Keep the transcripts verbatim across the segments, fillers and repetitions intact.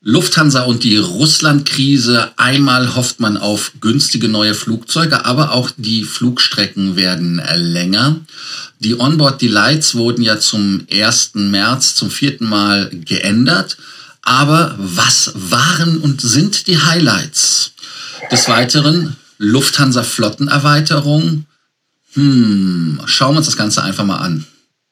Lufthansa und die Russland-Krise. Einmal hofft man auf günstige neue Flugzeuge, aber auch die Flugstrecken werden länger. Die Onboard-Delights wurden ja zum ersten März zum vierten Mal geändert. Aber was waren und sind die Highlights? Des Weiteren Lufthansa-Flottenerweiterung. Hm, schauen wir uns das Ganze einfach mal an.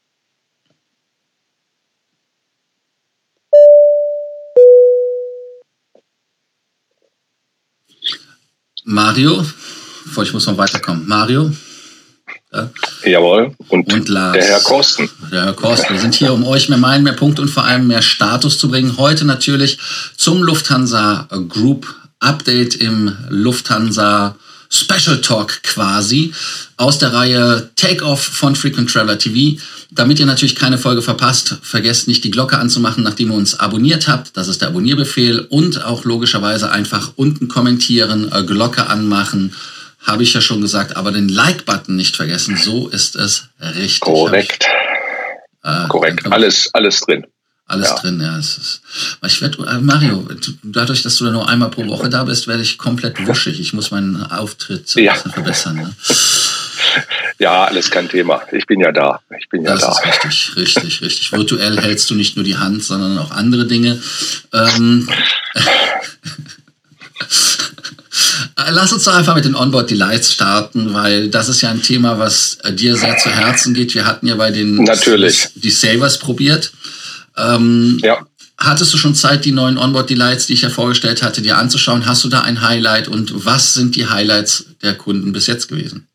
Mario, ich muss noch weiterkommen. Mario? Ja. Jawohl. Und, und Lars. Der Herr Korsten. Der Herr Korsten. Wir sind hier, um euch mehr Meilen, mehr Punkte und vor allem mehr Status zu bringen. Heute natürlich zum Lufthansa Group Update im Lufthansa Special Talk quasi aus der Reihe Take-Off von Frequent Traveler T V. Damit ihr natürlich keine Folge verpasst, vergesst nicht die Glocke anzumachen, nachdem ihr uns abonniert habt. Das ist der Abonnierbefehl. Und auch logischerweise einfach unten kommentieren, äh, Glocke anmachen. Habe ich ja schon gesagt, aber den Like-Button nicht vergessen. So ist es richtig. Korrekt. Ich, äh, Korrekt. Alles, alles drin. Alles ja. drin, ja. Es ist, ich werde, äh, Mario, dadurch, dass du da nur einmal pro Woche da bist, werde ich komplett wuschig. Ich muss meinen Auftritt so ein ja. bisschen verbessern. Ne? Ja, alles kein Thema. Ich bin ja da. Ich bin ja das da. Das ist richtig, richtig, richtig. Virtuell hältst du nicht nur die Hand, sondern auch andere Dinge. Ähm, Lass uns doch einfach mit den Onboard Delights starten, weil das ist ja ein Thema, was dir sehr zu Herzen geht. Wir hatten ja bei den Natürlich. die Savers probiert. Ähm, ja. Hattest du schon Zeit, die neuen Onboard Delights, die ich ja vorgestellt hatte, dir anzuschauen? Hast du da ein Highlight und was sind die Highlights der Kunden bis jetzt gewesen?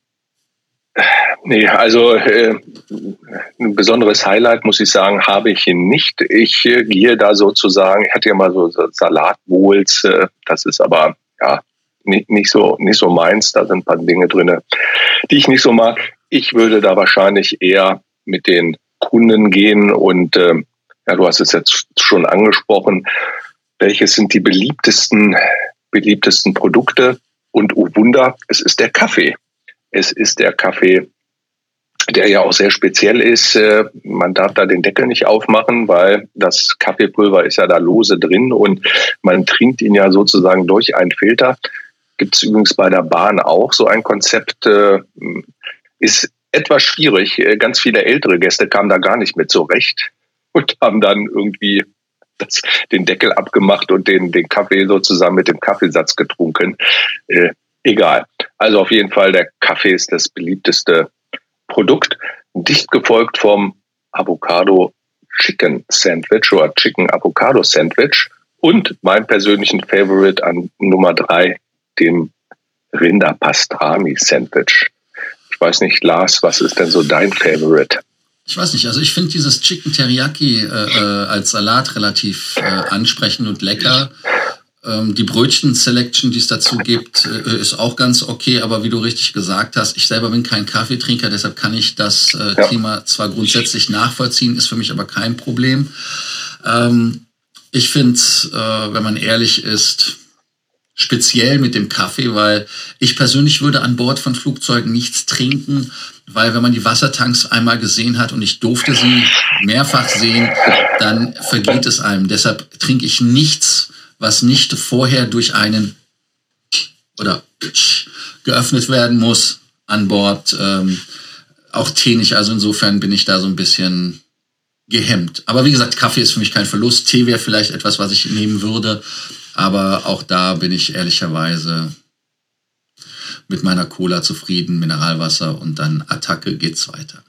Nee, also äh, ein besonderes Highlight, muss ich sagen, habe ich nicht. Ich äh, gehe da sozusagen, ich hatte ja mal so Salatbowls, äh, das ist aber ja nicht, nicht, so, nicht so meins. Da sind ein paar Dinge drin, die ich nicht so mag. Ich würde da wahrscheinlich eher mit den Kunden gehen und äh, ja, du hast es jetzt schon angesprochen, welches sind die beliebtesten, beliebtesten Produkte? Und oh Wunder, es ist der Kaffee. Es ist der Kaffee, der ja auch sehr speziell ist. Man darf da den Deckel nicht aufmachen, weil das Kaffeepulver ist ja da lose drin und man trinkt ihn ja sozusagen durch einen Filter. Gibt es übrigens bei der Bahn auch so ein Konzept, ist etwas schwierig. Ganz viele ältere Gäste kamen da gar nicht mit zurecht und haben dann irgendwie das, den Deckel abgemacht und den, den Kaffee sozusagen mit dem Kaffeesatz getrunken. Äh, egal. Also auf jeden Fall, der Kaffee ist das beliebteste Produkt. Dicht gefolgt vom Avocado Chicken Sandwich oder Chicken Avocado Sandwich und mein persönlichen Favorite an Nummer drei, dem Rinder Pastrami Sandwich. Ich weiß nicht, Lars, was ist denn so dein Favorite? Ich weiß nicht, also ich finde dieses Chicken Teriyaki äh, als Salat relativ äh, ansprechend und lecker. Ähm, die Brötchen-Selection, die es dazu gibt, äh, ist auch ganz okay, aber wie du richtig gesagt hast, ich selber bin kein Kaffeetrinker, deshalb kann ich das äh, ja. Thema zwar grundsätzlich nachvollziehen, ist für mich aber kein Problem. Ähm, ich finde es, äh, wenn man ehrlich ist, speziell mit dem Kaffee, weil ich persönlich würde an Bord von Flugzeugen nichts trinken, weil wenn man die Wassertanks einmal gesehen hat und ich durfte sie mehrfach sehen, dann vergeht es einem. Deshalb trinke ich nichts, was nicht vorher durch einen oder geöffnet werden muss an Bord. Ähm, auch Tee nicht, also insofern bin ich da so ein bisschen gehemmt. Aber wie gesagt, Kaffee ist für mich kein Verlust. Tee wäre vielleicht etwas, was ich nehmen würde. Aber auch da bin ich ehrlicherweise mit meiner Cola zufrieden, Mineralwasser und dann Attacke, geht's weiter.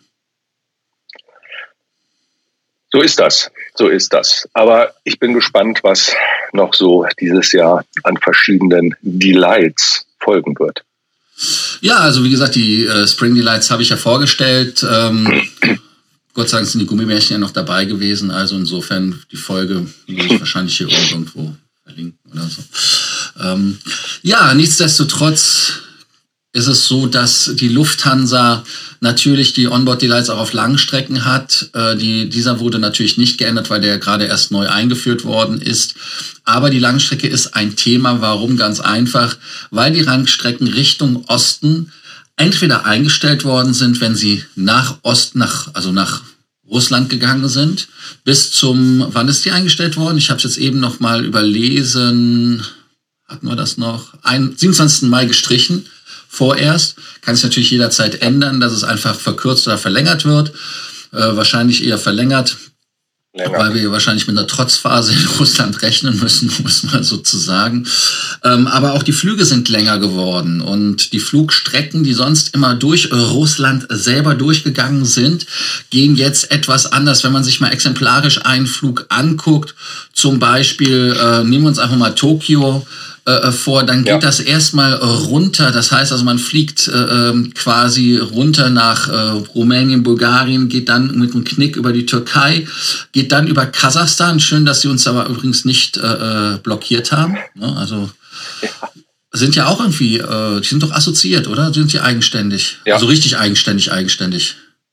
So ist das, so ist das. Aber ich bin gespannt, was noch so dieses Jahr an verschiedenen Delights folgen wird. Ja, also wie gesagt, die äh, Spring Delights habe ich ja vorgestellt. Ähm, Gott sei Dank sind die Gummibärchen ja noch dabei gewesen. Also insofern die Folge will ich wahrscheinlich hier irgendwo verlinken oder so. Ähm, ja, nichtsdestotrotz ist es so, dass die Lufthansa natürlich die Onboard Delights auch auf Langstrecken hat. Äh, die, dieser wurde natürlich nicht geändert, weil der gerade erst neu eingeführt worden ist. Aber die Langstrecke ist ein Thema. Warum? Ganz einfach, weil die Langstrecken Richtung Osten entweder eingestellt worden sind, wenn sie nach Osten, nach, also nach Russland gegangen sind, bis zum, wann ist die eingestellt worden? Ich habe es jetzt eben noch mal überlesen, hatten wir das noch? Ein, siebenundzwanzigsten Mai gestrichen, vorerst. Kann sich natürlich jederzeit ändern, dass es einfach verkürzt oder verlängert wird. Äh, wahrscheinlich eher verlängert, Länger. Weil wir wahrscheinlich mit einer Trotzphase in Russland rechnen müssen, um es mal so zu sagen. Ähm, aber auch die Flüge sind länger geworden und die Flugstrecken, die sonst immer durch Russland selber durchgegangen sind, gehen jetzt etwas anders. Wenn man sich mal exemplarisch einen Flug anguckt, zum Beispiel, äh, nehmen wir uns einfach mal Tokio äh, vor, dann geht ja. das erstmal runter. Das heißt also, man fliegt äh, quasi runter nach äh, Rumänien, Bulgarien, geht dann mit einem Knick über die Türkei, geht dann über Kasachstan. Schön, dass sie uns aber übrigens nicht äh, blockiert haben. Ne? Also ja. sind ja auch irgendwie, äh, die sind doch assoziiert, oder? Sind die eigenständig? Ja. Also richtig eigenständig, eigenständig.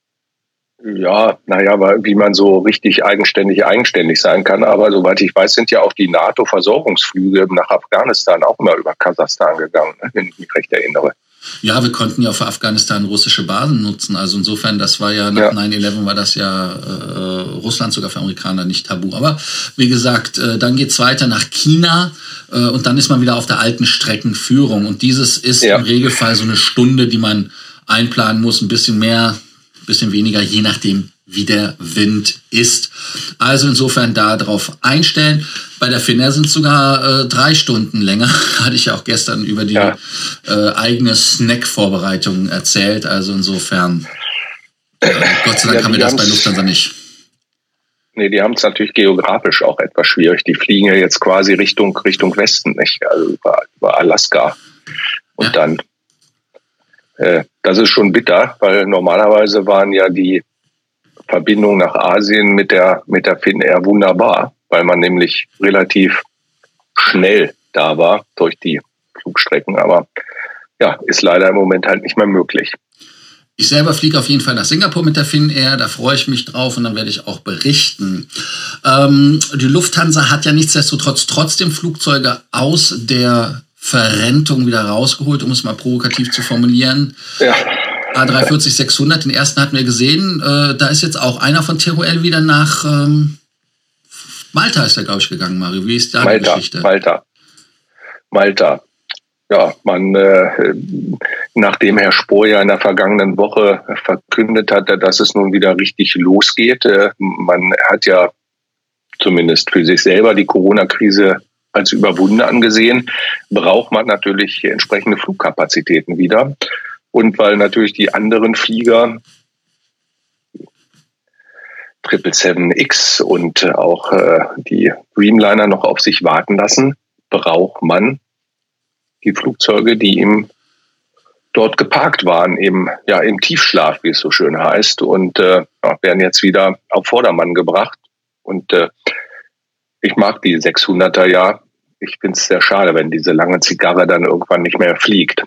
Ja, naja, aber wie man so richtig eigenständig eigenständig sein kann. Aber soweit ich weiß, sind ja auch die NATO-Versorgungsflüge nach Afghanistan auch immer über Kasachstan gegangen, wenn ich mich recht erinnere. Ja, wir konnten ja für Afghanistan russische Basen nutzen. Also insofern, das war ja nach ja. neun elf war das ja äh, Russland sogar für Amerikaner nicht tabu. Aber wie gesagt, äh, dann geht's weiter nach China äh, und dann ist man wieder auf der alten Streckenführung. Und dieses ist ja. im Regelfall so eine Stunde, die man einplanen muss, ein bisschen mehr, ein bisschen weniger, je nachdem, wie der Wind ist. Also insofern da drauf einstellen. Bei der Finnair sind sogar äh, drei Stunden länger. Hatte ich ja auch gestern über die ja. äh, eigene Snack-Vorbereitung erzählt. Also insofern, äh, Gott sei Dank ja, haben wir das bei Lufthansa nicht. Nee, die haben es natürlich geografisch auch etwas schwierig. Die fliegen ja jetzt quasi Richtung, Richtung Westen, nicht? Also über, über Alaska. Und ja. dann, äh, das ist schon bitter, weil normalerweise waren ja die Verbindung nach Asien mit der, mit der Finnair wunderbar, weil man nämlich relativ schnell da war durch die Flugstrecken. Aber ja, ist leider im Moment halt nicht mehr möglich. Ich selber fliege auf jeden Fall nach Singapur mit der Finnair, da freue ich mich drauf und dann werde ich auch berichten. Ähm, die Lufthansa hat ja nichtsdestotrotz trotzdem Flugzeuge aus der Verrentung wieder rausgeholt, um es mal provokativ zu formulieren. Ja. A drei vierzig sechshundert, den ersten hatten wir gesehen. Äh, da ist jetzt auch einer von Teruel wieder nach ähm, Malta ist er, glaube ich, gegangen, Mario. Wie ist da Malta, die Geschichte? Malta. Malta. Ja, man, äh, nachdem Herr Spohr ja in der vergangenen Woche verkündet hatte, dass es nun wieder richtig losgeht, äh, man hat ja zumindest für sich selber die Corona-Krise als überwunden angesehen, braucht man natürlich entsprechende Flugkapazitäten wieder. Und weil natürlich die anderen Flieger, triple seven X und auch äh, die Dreamliner noch auf sich warten lassen, braucht man die Flugzeuge, die ihm dort geparkt waren, eben ja im Tiefschlaf, wie es so schön heißt, und äh, werden jetzt wieder auf Vordermann gebracht. Und äh, ich mag die sechshunderter ja. Ich finde es sehr schade, wenn diese lange Zigarre dann irgendwann nicht mehr fliegt.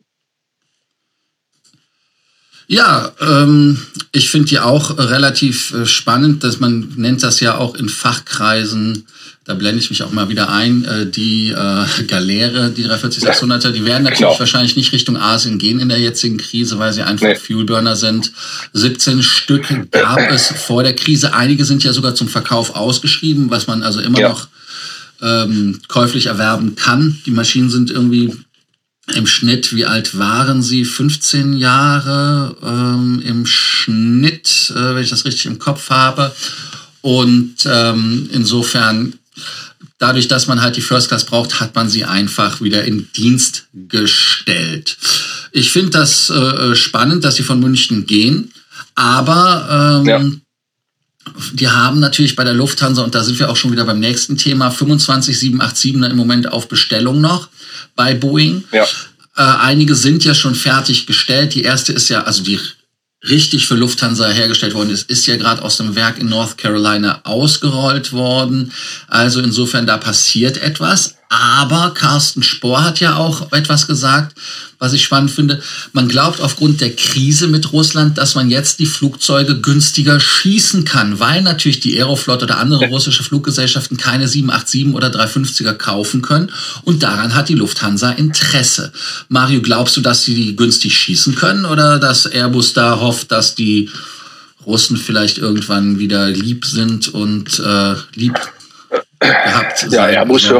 Ja, ähm, ich finde die auch relativ äh, spannend, dass man nennt das ja auch in Fachkreisen, da blende ich mich auch mal wieder ein, äh, die äh, Galeere, die drei vierzig sechshunderter, die werden natürlich genau. wahrscheinlich nicht Richtung Asien gehen in der jetzigen Krise, weil sie einfach nee. Fuelburner sind. siebzehn Stück gab es vor der Krise, einige sind ja sogar zum Verkauf ausgeschrieben, was man also immer ja. noch ähm, käuflich erwerben kann. Die Maschinen sind irgendwie im Schnitt, wie alt waren sie? fünfzehn Jahre ähm, im Schnitt, äh, wenn ich das richtig im Kopf habe. Und ähm, insofern, dadurch, dass man halt die First Class braucht, hat man sie einfach wieder in Dienst gestellt. Ich finde das äh, spannend, dass sie von München gehen, aber ähm, ja. die haben natürlich bei der Lufthansa, und da sind wir auch schon wieder beim nächsten Thema, fünfundzwanzig sieben acht siebener im Moment auf Bestellung noch bei Boeing. Ja. Äh, einige sind ja schon fertiggestellt. Die erste ist ja, also die richtig für Lufthansa hergestellt worden ist, ist ja gerade aus dem Werk in North Carolina ausgerollt worden. Also insofern, da passiert etwas. Aber Carsten Spohr hat ja auch etwas gesagt, was ich spannend finde. Man glaubt aufgrund der Krise mit Russland, dass man jetzt die Flugzeuge günstiger schießen kann, weil natürlich die Aeroflot oder andere russische Fluggesellschaften keine sieben acht sieben oder drei fünfziger kaufen können. Und daran hat die Lufthansa Interesse. Mario, glaubst du, dass sie die günstig schießen können oder dass Airbus da hofft, dass die Russen vielleicht irgendwann wieder lieb sind und äh, lieb gehabt sein. Ja, Airbus,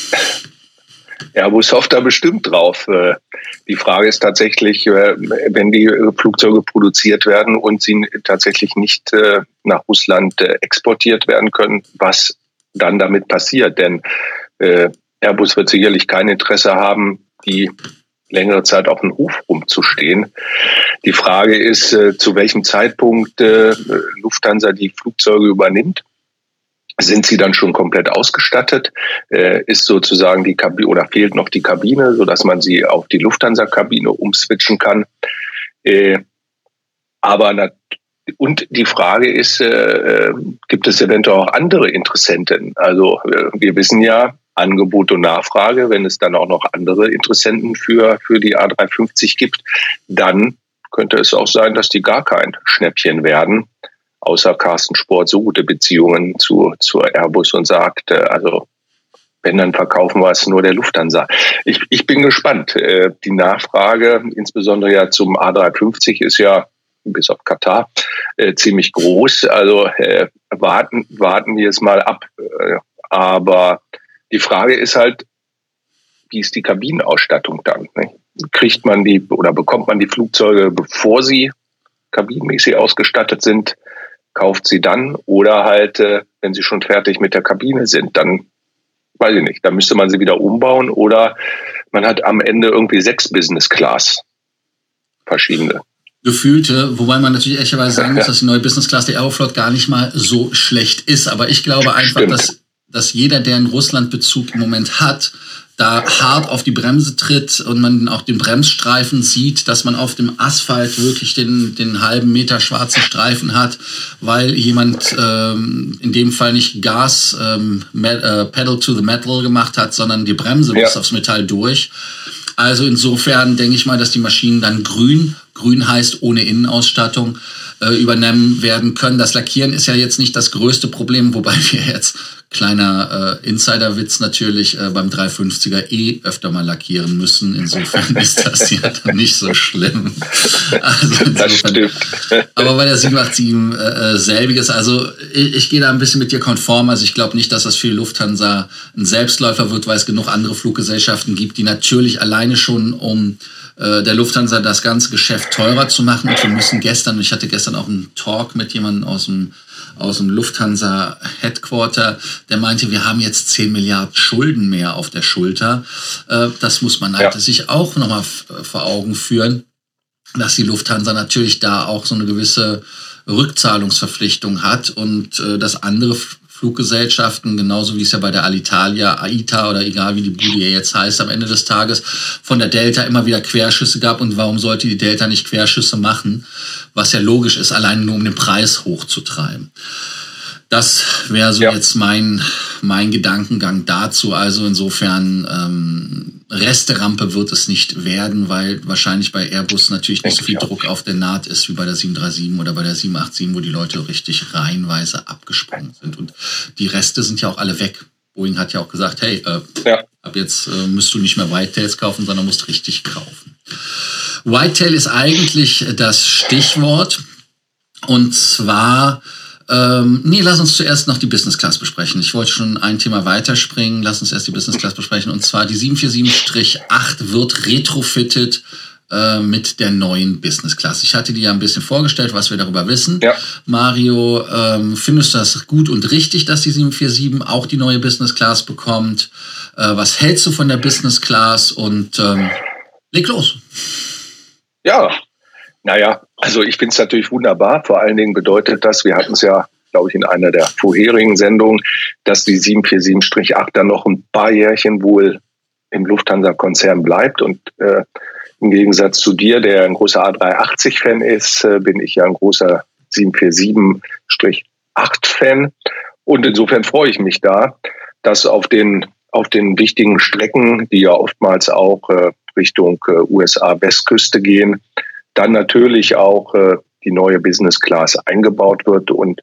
Airbus hofft da bestimmt drauf. Die Frage ist tatsächlich, wenn die Flugzeuge produziert werden und sie tatsächlich nicht nach Russland exportiert werden können, was dann damit passiert. Denn Airbus wird sicherlich kein Interesse haben, die längere Zeit auf dem Hof rumzustehen. Die Frage ist, zu welchem Zeitpunkt Lufthansa die Flugzeuge übernimmt. Sind sie dann schon komplett ausgestattet? Äh, ist sozusagen die Kabine oder fehlt noch die Kabine, sodass man sie auf die Lufthansa-Kabine umswitchen kann? Äh, aber nat- und die Frage ist, äh, gibt es eventuell auch andere Interessenten? Also äh, wir wissen ja, Angebot und Nachfrage, wenn es dann auch noch andere Interessenten für, für die A drei fünfzig gibt, dann könnte es auch sein, dass die gar kein Schnäppchen werden. Außer Carsten Sport so gute Beziehungen zu, zu Airbus und sagt, äh, also wenn, dann verkaufen wir es nur der Lufthansa. Ich, ich bin gespannt. Äh, die Nachfrage, insbesondere ja zum A drei fünfzig, ist ja bis auf Katar äh, ziemlich groß. Also äh, warten, warten wir es mal ab. Äh, aber die Frage ist halt, wie ist die Kabinenausstattung dann? Ne? Kriegt man die oder bekommt man die Flugzeuge, bevor sie kabinenmäßig ausgestattet sind? Kauft sie dann oder halt, äh, wenn sie schon fertig mit der Kabine sind, dann weiß ich nicht, dann müsste man sie wieder umbauen oder man hat am Ende irgendwie sechs Business Class verschiedene. Gefühlte, wobei man natürlich ehrlicherweise sagen muss, dass die neue Business Class der Aeroflot gar nicht mal so schlecht ist, aber ich glaube einfach, dass, dass jeder, der einen Russland-Bezug im Moment hat, da hart auf die Bremse tritt und man auch den Bremsstreifen sieht, dass man auf dem Asphalt wirklich den, den halben Meter schwarzen Streifen hat, weil jemand ähm, in dem Fall nicht Gas, ähm, äh, Pedal to the Metal gemacht hat, sondern die Bremse bis ja. aufs Metall durch. Also insofern denke ich mal, dass die Maschinen dann grün, grün heißt ohne Innenausstattung, äh, übernehmen werden können. Das Lackieren ist ja jetzt nicht das größte Problem, wobei wir jetzt, kleiner äh, Insiderwitz natürlich, äh, beim dreihundertfünfziger eh öfter mal lackieren müssen. Insofern ist das ja dann nicht so schlimm. Also das stimmt. Aber bei der sieben acht sieben äh, selbiges, also ich, ich gehe da ein bisschen mit dir konform. Also ich glaube nicht, dass das für die Lufthansa ein Selbstläufer wird, weil es genug andere Fluggesellschaften gibt, die natürlich alleine schon um äh, der Lufthansa das ganze Geschäft teurer zu machen. Und wir müssen gestern, ich hatte gestern auch einen Talk mit jemandem aus dem aus dem Lufthansa Headquarter, der meinte, wir haben jetzt zehn Milliarden Schulden mehr auf der Schulter. Äh, das muss man halt ja. sich auch nochmal f- vor Augen führen, dass die Lufthansa natürlich da auch so eine gewisse Rückzahlungsverpflichtung hat und äh, dass andere F- Fluggesellschaften, genauso wie es ja bei der Alitalia, A I T A oder egal wie die Bude jetzt heißt, am Ende des Tages von der Delta immer wieder Querschüsse gab. Und warum sollte die Delta nicht Querschüsse machen? Was ja logisch ist, allein nur um den Preis hochzutreiben. Das wäre so ja. jetzt mein, mein Gedankengang dazu. Also insofern ähm, Resterampe wird es nicht werden, weil wahrscheinlich bei Airbus natürlich nicht so viel Druck auf der Naht ist wie bei der sieben drei sieben oder bei der sieben acht sieben, wo die Leute richtig reihenweise abgesprungen sind. Und die Reste sind ja auch alle weg. Boeing hat ja auch gesagt, hey, äh, ja. ab jetzt äh, musst du nicht mehr Whitetails kaufen, sondern musst richtig kaufen. Whitetail ist eigentlich das Stichwort. Und zwar... Ähm, nee, lass uns zuerst noch die Business Class besprechen. Ich wollte schon ein Thema weiterspringen. Lass uns erst die Business Class besprechen. Und zwar die sieben vier sieben acht wird retrofitted äh, mit der neuen Business Class. Ich hatte dir ja ein bisschen vorgestellt, was wir darüber wissen. Ja. Mario, ähm, findest du das gut und richtig, dass die sieben vier sieben auch die neue Business Class bekommt? Äh, was hältst du von der Business Class? Und ähm, leg los. Ja, naja, also ich finde es natürlich wunderbar. Vor allen Dingen bedeutet das, wir hatten es ja, glaube ich, in einer der vorherigen Sendungen, dass die sieben vier sieben acht dann noch ein paar Jährchen wohl im Lufthansa-Konzern bleibt. Und äh, im Gegensatz zu dir, der ein großer A drei achtzig-Fan ist, äh, bin ich ja ein großer sieben vier sieben acht-Fan. Und insofern freue ich mich da, dass auf den, auf den wichtigen Strecken, die ja oftmals auch äh, Richtung äh, U S A-Westküste gehen, dann natürlich auch äh, die neue Business Class eingebaut wird. Und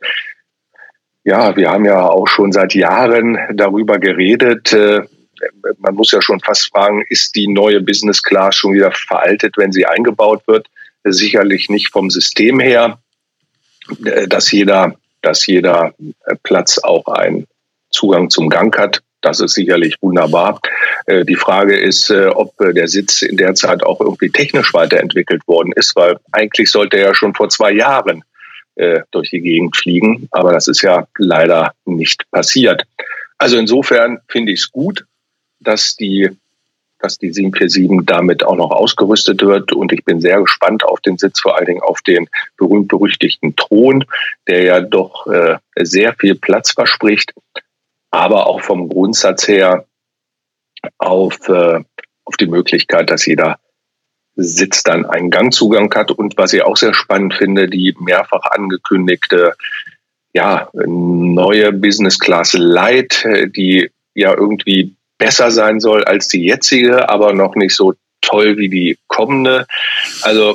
ja, wir haben ja auch schon seit Jahren darüber geredet. Äh, man muss ja schon fast fragen, ist die neue Business Class schon wieder veraltet, wenn sie eingebaut wird? Sicherlich nicht vom System her. dass jeder, dass jeder Platz auch einen Zugang zum Gang hat. Das ist sicherlich wunderbar. Die Frage ist, ob der Sitz in der Zeit auch irgendwie technisch weiterentwickelt worden ist, weil eigentlich sollte er ja schon vor zwei Jahren durch die Gegend fliegen, aber das ist ja leider nicht passiert. Also insofern finde ich es gut, dass die, dass die sieben vier sieben damit auch noch ausgerüstet wird, und ich bin sehr gespannt auf den Sitz, vor allen Dingen auf den berühmt-berüchtigten Thron, der ja doch äh, sehr viel Platz verspricht, aber auch vom Grundsatz her auf, äh, auf die Möglichkeit, dass jeder Sitz dann einen Gangzugang hat, und was ich auch sehr spannend finde, die mehrfach angekündigte ja neue Business Class Light, die ja irgendwie besser sein soll als die jetzige, aber noch nicht so toll wie die kommende. Also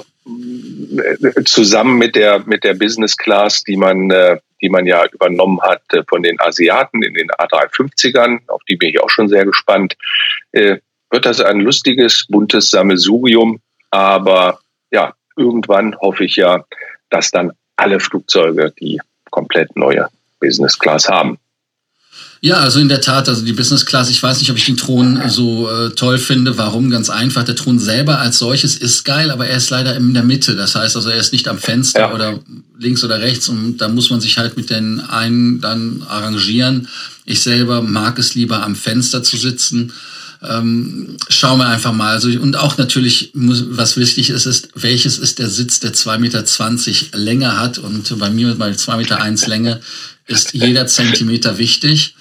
zusammen mit der mit der Business Class, die man die man ja übernommen hat von den Asiaten in den A dreihundertfünfzigern, auf die bin ich auch schon sehr gespannt, wird das ein lustiges, buntes Sammelsurium. Aber ja, irgendwann hoffe ich ja, dass dann alle Flugzeuge die komplett neue Business Class haben. Ja, also in der Tat, also die Business Class, ich weiß nicht, ob ich den Thron so äh, toll finde. Warum? Ganz einfach, der Thron selber als solches ist geil, aber er ist leider in der Mitte. Das heißt also, er ist nicht am Fenster ja. oder links oder rechts, und da muss man sich halt mit den einen dann arrangieren. Ich selber mag es lieber, am Fenster zu sitzen. Ähm, schauen wir einfach mal. Also, und auch natürlich, muss, was wichtig ist, ist, welches ist der Sitz, der zwei Meter zwanzig Länge hat. Und bei mir bei zwei Meter eins Länge ist jeder Zentimeter wichtig.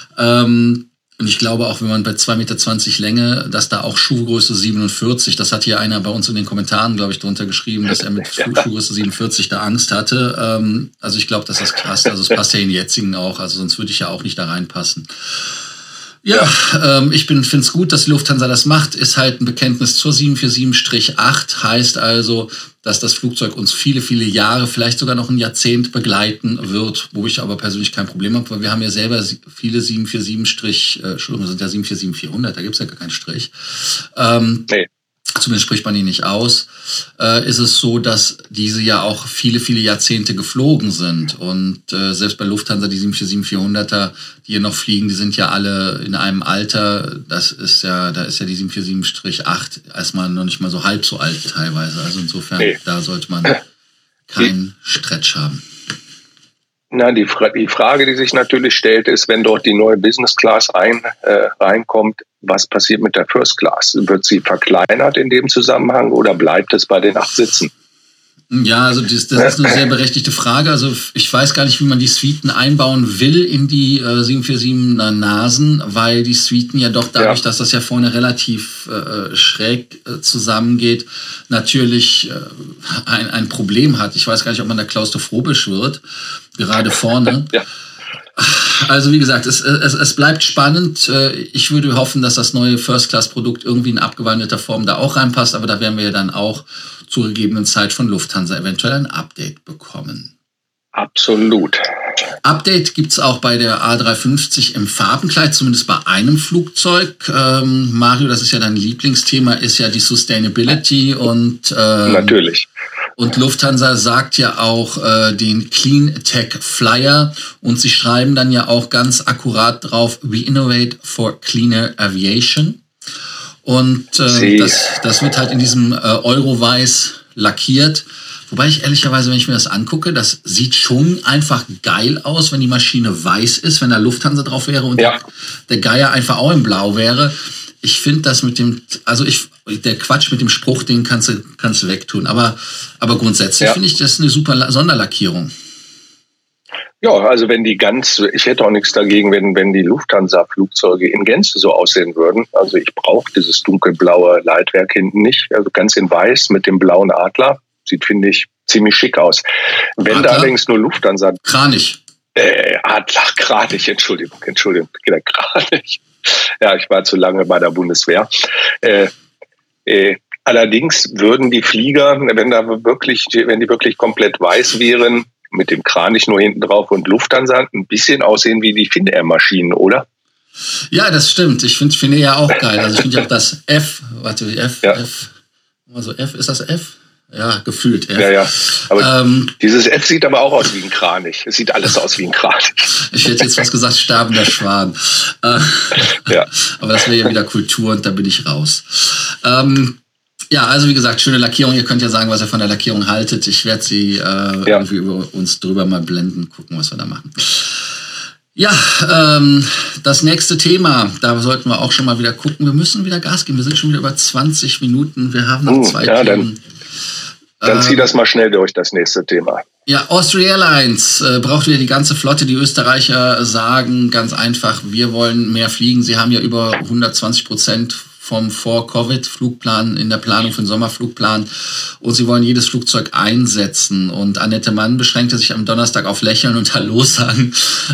Ähm, und ich glaube auch, wenn man bei zwei Meter zwanzig Länge, dass da auch Schuhgröße siebenundvierzig, das hat hier einer bei uns in den Kommentaren, glaube ich, drunter geschrieben, dass er mit Schuhgröße siebenundvierzig da Angst hatte. Ähm, also ich glaube, dass das passt. Also es passt ja in den jetzigen auch. Also sonst würde ich ja auch nicht da reinpassen. Ja, ähm, ich finde es gut, dass die Lufthansa das macht. Ist halt ein Bekenntnis zur sieben vier sieben acht. Heißt also, dass das Flugzeug uns viele, viele Jahre, vielleicht sogar noch ein Jahrzehnt begleiten wird, wo ich aber persönlich kein Problem habe, weil wir haben ja selber viele sieben vier sieben, äh, Entschuldigung, sind ja sieben vier sieben vierhundert, da gibt es ja gar keinen Strich. Ähm, nee. Zumindest spricht man ihn nicht aus, äh, ist es so, dass diese ja auch viele, viele Jahrzehnte geflogen sind. Und äh, selbst bei Lufthansa, die sieben vier sieben vierhunderter, die hier noch fliegen, die sind ja alle in einem Alter, das ist ja, da ist ja die sieben vier sieben acht erstmal noch nicht mal so halb so alt teilweise. Also insofern, nee. Da sollte man keinen Stretch haben. Na, die, Fra- die Frage, die sich natürlich stellt, ist, wenn dort die neue Business Class rein, äh, reinkommt, was passiert mit der First Class? Wird sie verkleinert in dem Zusammenhang oder bleibt es bei den acht Sitzen? Ja, also das, das ist eine sehr berechtigte Frage. Also ich weiß gar nicht, wie man die Suiten einbauen will in die äh, sieben vier siebener Nasen, weil die Suiten ja doch dadurch, ja. dass das ja vorne relativ äh, schräg äh, zusammengeht, natürlich äh, ein, ein Problem hat. Ich weiß gar nicht, ob man da klaustrophobisch wird, gerade vorne. Ja. Also wie gesagt, es, es, es bleibt spannend. Ich würde hoffen, dass das neue First-Class-Produkt irgendwie in abgewandelter Form da auch reinpasst, aber da werden wir ja dann auch zur gegebenen Zeit von Lufthansa eventuell ein Update bekommen. Absolut. Update gibt es auch bei der A dreihundertfünfzig im Farbenkleid, zumindest bei einem Flugzeug. Ähm, Mario, das ist ja dein Lieblingsthema, ist ja die Sustainability und ähm, natürlich. Und Lufthansa sagt ja auch äh, den Clean Tech Flyer, und sie schreiben dann ja auch ganz akkurat drauf, we innovate for cleaner aviation. Und äh, das, das wird halt in diesem äh, Euro-Weiß lackiert. Wobei ich ehrlicherweise, wenn ich mir das angucke, das sieht schon einfach geil aus, wenn die Maschine weiß ist, wenn da Lufthansa drauf wäre und ja. der, der Geier einfach auch in Blau wäre. Ich finde das mit dem, also ich, der Quatsch mit dem Spruch, den kannst du, kannst du wegtun. Aber, aber grundsätzlich ja. finde ich das eine super Sonderlackierung. Ja, also wenn die ganz, ich hätte auch nichts dagegen, wenn, wenn die Lufthansa-Flugzeuge in Gänze so aussehen würden. Also ich brauche dieses dunkelblaue Leitwerk hinten nicht. Also ganz in weiß mit dem blauen Adler. Sieht, finde ich, ziemlich schick aus. Wenn Adler? Da allerdings nur Lufthansa... Kranich. Äh, Adler, Kranich, Entschuldigung, Entschuldigung, Kranich. Ja, ich war zu lange bei der Bundeswehr. Äh, äh, allerdings würden die Flieger, wenn da wirklich, wenn die wirklich komplett weiß wären, mit dem Kranich nur hinten drauf und Lufthansa, ein bisschen aussehen wie die Finnair-Maschinen, oder? Ja, das stimmt. Ich finde Finnair ja auch geil. Also ich finde ja auch das F, warte, F, ja. F, also F, ist das F? Ja, gefühlt. Ja, ja. ja. Aber ähm, dieses F sieht aber auch aus wie ein Kranich. Es sieht alles aus wie ein Kranich. Ich hätte jetzt fast gesagt, sterbender Schwan. Äh, ja. Aber das wäre ja wieder Kultur und da bin ich raus. Ähm, ja, also wie gesagt, schöne Lackierung. Ihr könnt ja sagen, was ihr von der Lackierung haltet. Ich werde sie äh, ja. irgendwie über uns drüber mal blenden, gucken, was wir da machen. Ja, ähm, das nächste Thema, da sollten wir auch schon mal wieder gucken. Wir müssen wieder Gas geben. Wir sind schon wieder über zwanzig Minuten. Wir haben noch uh, zwei ja, Themen. Dann, dann zieh das mal schnell durch, das nächste Thema. Ja, Austria Airlines äh, braucht wieder die ganze Flotte. Die Österreicher sagen ganz einfach, wir wollen mehr fliegen. Sie haben ja über hundertzwanzig Prozent vom Vor-Covid-Flugplan in der Planung für den Sommerflugplan und sie wollen jedes Flugzeug einsetzen. Und Annette Mann beschränkte sich am Donnerstag auf Lächeln und Hallo sagen.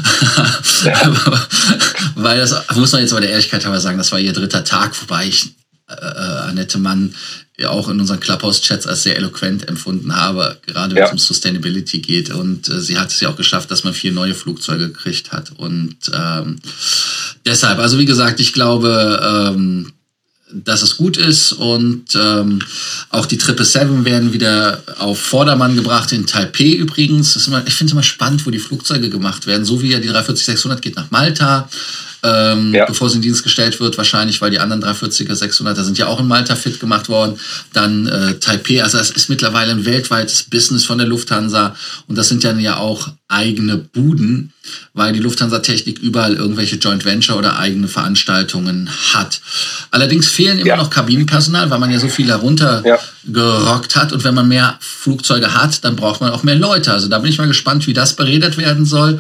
Ja. Weil das, muss man jetzt aber der Ehrlichkeit halber sagen, das war ihr dritter Tag, wobei ich äh, Annette Mann ja auch in unseren Clubhouse-Chats als sehr eloquent empfunden habe, gerade wenn ja. es um Sustainability geht. Und äh, sie hat es ja auch geschafft, dass man vier neue Flugzeuge gekriegt hat. Und ähm, deshalb, also wie gesagt, ich glaube, ähm, dass es gut ist und ähm, auch die Triple Seven werden wieder auf Vordermann gebracht, in Taipei übrigens. Das ist immer, ich finde es immer spannend, wo die Flugzeuge gemacht werden. So wie ja die drei vierzig sechshundert geht nach Malta, ähm, ja. bevor sie in Dienst gestellt wird, wahrscheinlich, weil die anderen drei vierziger sechshunderter sind ja auch in Malta fit gemacht worden. Dann äh, Taipei, also es ist mittlerweile ein weltweites Business von der Lufthansa und das sind dann ja auch eigene Buden, weil die Lufthansa-Technik überall irgendwelche Joint Venture oder eigene Veranstaltungen hat. Allerdings fehlen immer ja. noch Kabinenpersonal, weil man ja so viel heruntergerockt ja. hat. Und wenn man mehr Flugzeuge hat, dann braucht man auch mehr Leute. Also da bin ich mal gespannt, wie das beredet werden soll.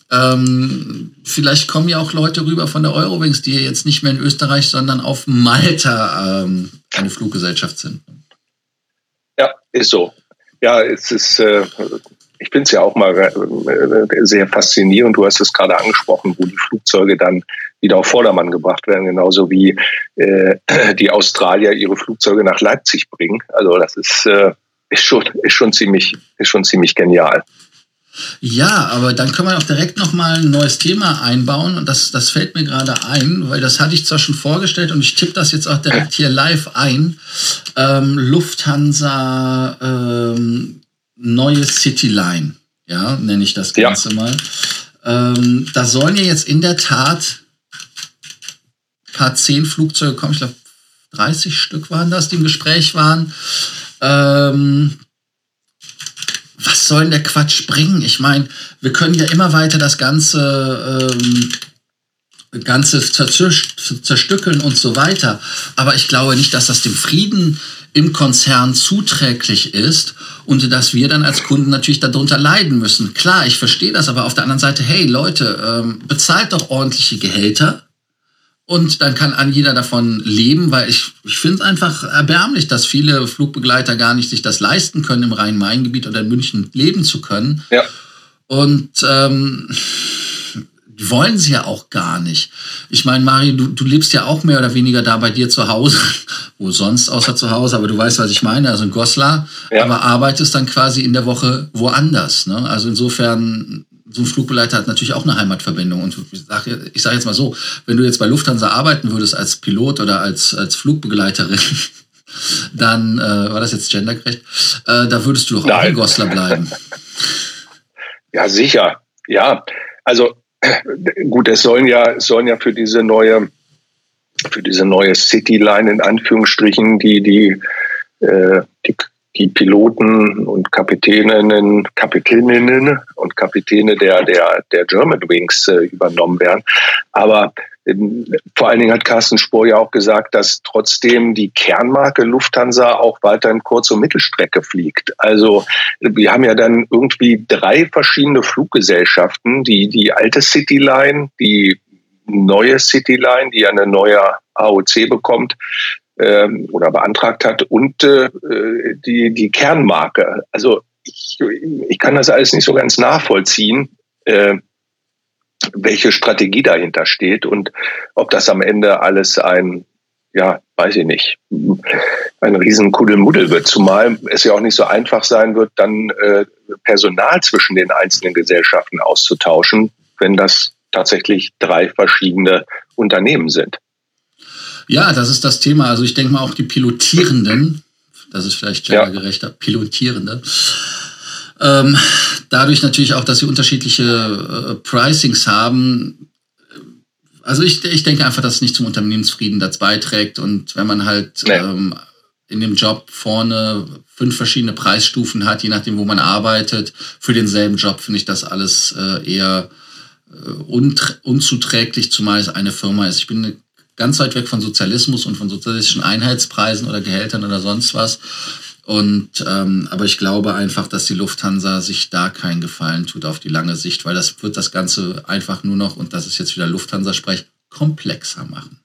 Ähm, vielleicht kommen ja auch Leute rüber von der Eurowings, die jetzt nicht mehr in Österreich, sondern auf Malta ähm, eine Fluggesellschaft sind. Ja, ist so. Ja, es ist... Äh Ich finde es ja auch mal sehr faszinierend. Du hast es gerade angesprochen, wo die Flugzeuge dann wieder auf Vordermann gebracht werden, genauso wie äh, die Australier ihre Flugzeuge nach Leipzig bringen. Also das ist, äh, ist schon, ist schon ziemlich, ist schon ziemlich genial. Ja, aber dann können wir auch direkt nochmal ein neues Thema einbauen und das, das fällt mir gerade ein, weil das hatte ich zwar schon vorgestellt und ich tippe das jetzt auch direkt hier live ein. Ähm, Lufthansa ähm, neue Cityline, ja, nenne ich das Ganze ja. mal. Ähm, da sollen ja jetzt in der Tat ein paar zehn Flugzeuge kommen, ich glaube dreißig Stück waren das, die im Gespräch waren. Ähm, was soll denn der Quatsch bringen? Ich meine, wir können ja immer weiter das Ganze ähm, Ganze zerstückeln und so weiter. Aber ich glaube nicht, dass das dem Frieden im Konzern zuträglich ist und dass wir dann als Kunden natürlich darunter leiden müssen. Klar, ich verstehe das, aber auf der anderen Seite, hey Leute, ähm, bezahlt doch ordentliche Gehälter und dann kann an jeder davon leben, weil ich, ich finde es einfach erbärmlich, dass viele Flugbegleiter gar nicht sich das leisten können, im Rhein-Main-Gebiet oder in München leben zu können. Ja. Und ähm, wollen sie ja auch gar nicht. Ich meine, Mari, du, du lebst ja auch mehr oder weniger da bei dir zu Hause, wo sonst außer zu Hause, aber du weißt, was ich meine, also in Goslar, ja. aber arbeitest dann quasi in der Woche woanders. Ne? Also insofern, so ein Flugbegleiter hat natürlich auch eine Heimatverbindung. Und ich sage ich sag jetzt mal so, wenn du jetzt bei Lufthansa arbeiten würdest als Pilot oder als, als Flugbegleiterin, dann, äh, war das jetzt gendergerecht, äh, da würdest du doch Nein. auch in Goslar bleiben. Ja, sicher. Ja, also gut, es sollen ja, es sollen ja für diese neue, für diese neue Cityline in Anführungsstrichen die, die, äh, die, die Piloten und Kapitäninnen, Kapitäninnen und Kapitäne der, der, der Germanwings äh, übernommen werden. Aber ähm, vor allen Dingen hat Carsten Spohr ja auch gesagt, dass trotzdem die Kernmarke Lufthansa auch weiterhin Kurz- und Mittelstrecke fliegt. Also wir haben ja dann irgendwie drei verschiedene Fluggesellschaften, die, die alte Cityline, die neue Cityline, die eine neue A O C bekommt, oder beantragt hat und äh, die, die Kernmarke. Also ich, ich kann das alles nicht so ganz nachvollziehen, äh, welche Strategie dahinter steht und ob das am Ende alles ein, ja, weiß ich nicht, ein riesen Kuddelmuddel wird. Zumal es ja auch nicht so einfach sein wird, dann äh, Personal zwischen den einzelnen Gesellschaften auszutauschen, wenn das tatsächlich drei verschiedene Unternehmen sind. Ja, das ist das Thema. Also ich denke mal auch die Pilotierenden, Das ist vielleicht gendergerechter, ja. Pilotierende. Ähm, dadurch natürlich auch, dass sie unterschiedliche äh, Pricings haben. Also ich, ich denke einfach, dass es nicht zum Unternehmensfrieden dazu beiträgt. Und wenn man halt nee. ähm, in dem Job vorne fünf verschiedene Preisstufen hat, je nachdem, wo man arbeitet, für denselben Job, finde ich das alles äh, eher äh, untr- unzuträglich, zumal es eine Firma ist. Ich bin ganz weit weg von Sozialismus und von sozialistischen Einheitspreisen oder Gehältern oder sonst was. Und ähm, aber ich glaube einfach, dass die Lufthansa sich da keinen Gefallen tut auf die lange Sicht, weil das wird das Ganze einfach nur noch, und das ist jetzt wieder Lufthansa-Sprech, komplexer machen.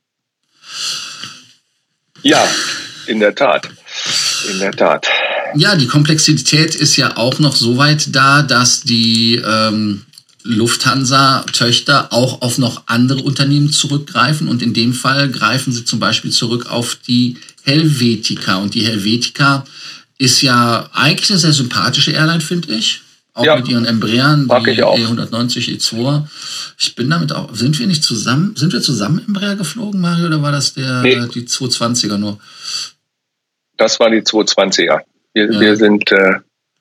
Ja, in der Tat. In der Tat. Ja, die Komplexität ist ja auch noch so weit da, dass die ähm, Lufthansa-Töchter auch auf noch andere Unternehmen zurückgreifen. Und in dem Fall greifen sie zum Beispiel zurück auf die Helvetica. Und die Helvetica ist ja eigentlich eine sehr sympathische Airline, finde ich. Auch ja, mit ihren Embraern, die E hundertneunzig, E zwei. Ich bin damit auch, sind wir nicht zusammen, sind wir zusammen Embraer geflogen, Mario, oder war das der, nee. die zweihundertzwanziger nur? Das war die zweihundertzwanziger. Wir, ja. wir sind, äh,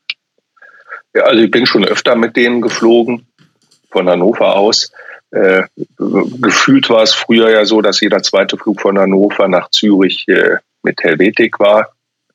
ja, also ich bin schon öfter mit denen geflogen, von Hannover aus. Äh, gefühlt war es früher ja so, dass jeder zweite Flug von Hannover nach Zürich äh, mit Helvetic war.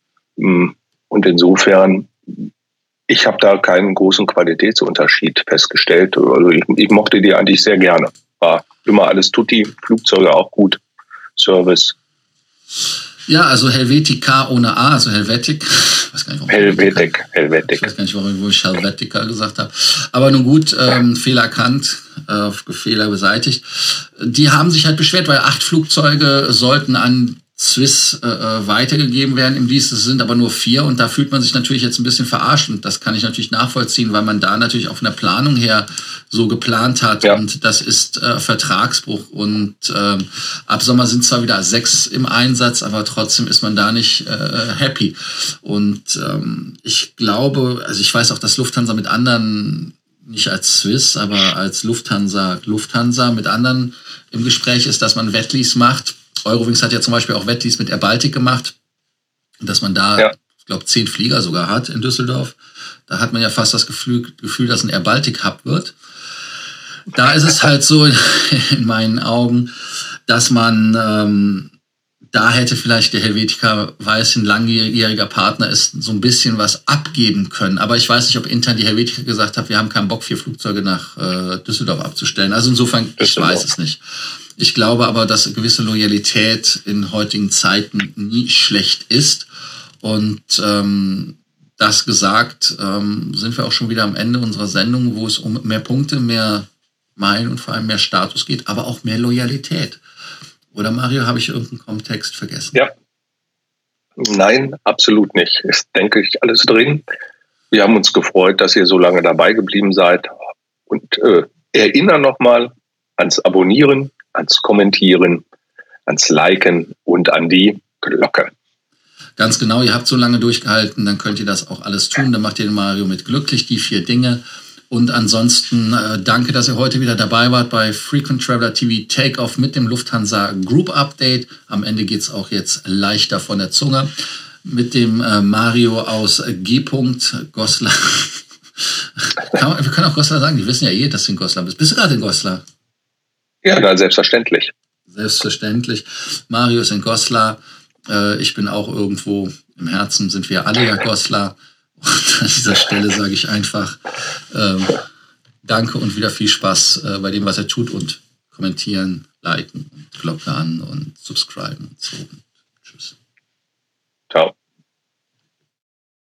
Und insofern, ich habe da keinen großen Qualitätsunterschied festgestellt. Also ich, ich mochte die eigentlich sehr gerne. War immer alles tutti, Flugzeuge auch gut, Service. Ja, also Helvetica ohne A, also Helvetic. Ich weiß gar nicht, warum Helvetic, Helvetic. Ich weiß gar nicht, warum ich Helvetica gesagt habe. Aber nun gut, ähm, Fehler erkannt, äh, Fehler beseitigt. Die haben sich halt beschwert, weil acht Flugzeuge sollten an Swiss äh, weitergegeben werden im Dienst. Es sind aber nur vier, und da fühlt man sich natürlich jetzt ein bisschen verarscht, und das kann ich natürlich nachvollziehen, weil man da natürlich auch von der Planung her so geplant hat, ja. Und das ist äh, Vertragsbruch, und ähm, ab Sommer sind zwar wieder sechs im Einsatz, aber trotzdem ist man da nicht äh, happy, und ähm, ich glaube, also ich weiß auch, dass Lufthansa mit anderen, nicht als Swiss, aber als Lufthansa, Lufthansa mit anderen im Gespräch ist, dass man Wetlease macht. Eurowings hat ja zum Beispiel auch Wetlease mit Air Baltic gemacht, dass man da, ja. ich glaube, zehn Flieger sogar hat in Düsseldorf. Da hat man ja fast das Gefühl, Gefühl dass ein Air Baltic Hub wird. Da ist es halt so in meinen Augen, dass man ähm, da hätte vielleicht der Helvetica, weil es ein langjähriger Partner ist, so ein bisschen was abgeben können. Aber ich weiß nicht, ob intern die Helvetica gesagt hat, wir haben keinen Bock, vier Flugzeuge nach äh, Düsseldorf abzustellen. Also insofern, ich weiß es nicht. Ich glaube aber, dass eine gewisse Loyalität in heutigen Zeiten nie schlecht ist. Und ähm, das gesagt, ähm, sind wir auch schon wieder am Ende unserer Sendung, wo es um mehr Punkte, mehr Meilen und vor allem mehr Status geht, aber auch mehr Loyalität. Oder Mario, habe ich irgendeinen Kontext vergessen? Ja. Nein, absolut nicht. Ist, denke ich, alles drin. Wir haben uns gefreut, dass ihr so lange dabei geblieben seid. Und äh, erinnern nochmal ans Abonnieren, ans Kommentieren, ans Liken und an die Glocke. Ganz genau, ihr habt so lange durchgehalten, dann könnt ihr das auch alles tun. Dann macht ihr den Mario mit glücklich, die vier Dinge. Und ansonsten äh, danke, dass ihr heute wieder dabei wart bei Frequent Traveler T V Takeoff mit dem Lufthansa Group Update. Am Ende geht es auch jetzt leichter von der Zunge mit dem äh, Mario aus G. Goslar. Kann man, wir können auch Goslar sagen, die wissen ja eh, dass du in Goslar bist. Bist du gerade in Goslar? Ja, na, selbstverständlich. Selbstverständlich. Mario ist in Goslar. Äh, ich bin auch irgendwo, im Herzen sind wir alle ja Goslar. Und an dieser Stelle sage ich einfach ähm, danke und wieder viel Spaß äh, bei dem, was er tut, und kommentieren, liken, und Glocke an und subscriben und so.